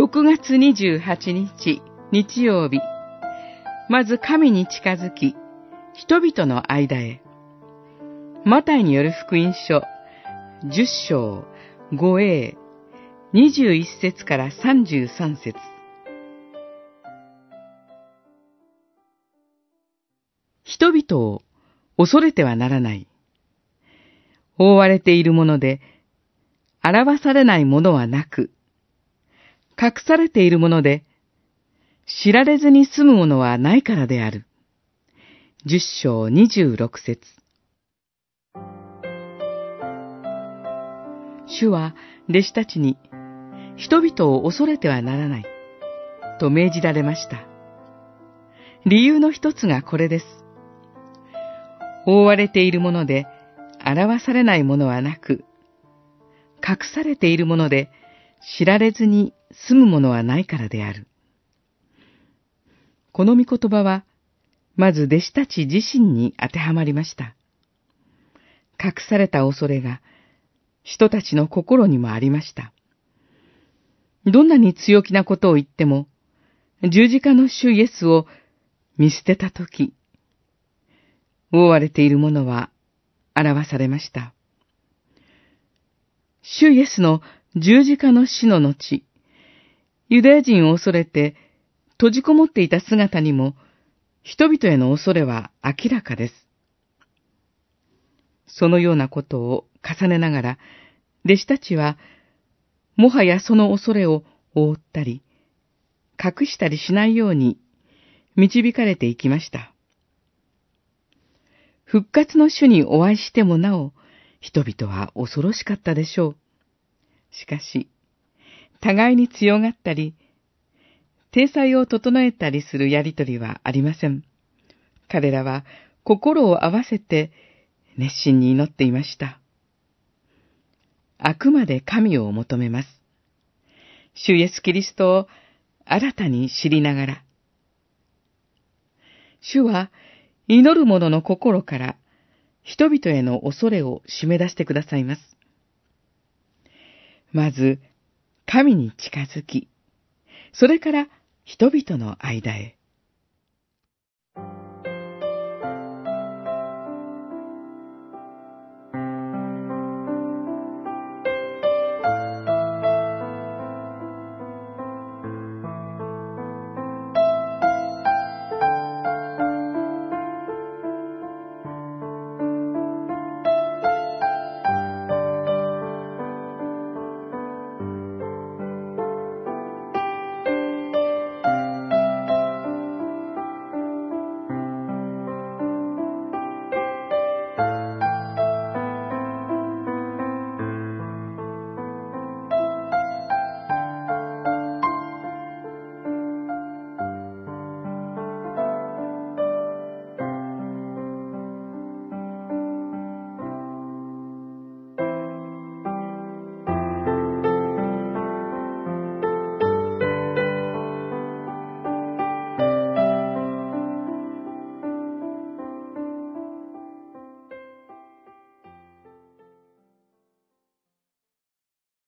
6月28日、日曜日。まず神に近づき、人々の間へ。マタイによる福音書、10章、5a、21節から33節。人々を恐れてはならない。覆われているもので、表されないものはなく、隠されているもので、知られずに済むものはないからである。10章26節。主は弟子たちに、人々を恐れてはならない、と命じられました。理由の一つがこれです。覆われているもので、表されないものはなく、隠されているもので、知られずに済むものはないからである。この御言葉は、まず弟子たち自身に当てはまりました。隠された恐れが、人たちの心にもありました。どんなに強気なことを言っても、十字架の主イエスを見捨てたとき、覆われているものは表されました。主イエスの十字架の死の後、ユダヤ人を恐れて閉じこもっていた姿にも、人々への恐れは明らかです。そのようなことを重ねながら、弟子たちは、もはやその恐れを覆ったり、隠したりしないように導かれていきました。復活の主にお会いしてもなお、人々は恐ろしかったでしょう。しかし、互いに強がったり、体裁を整えたりするやりとりはありません。彼らは心を合わせて熱心に祈っていました。あくまで神を求めます。主イエスキリストを新たに知りながら、主は祈る者の心から人々への恐れを締め出してくださいます。まず、神に近づき、それから人々の間へ。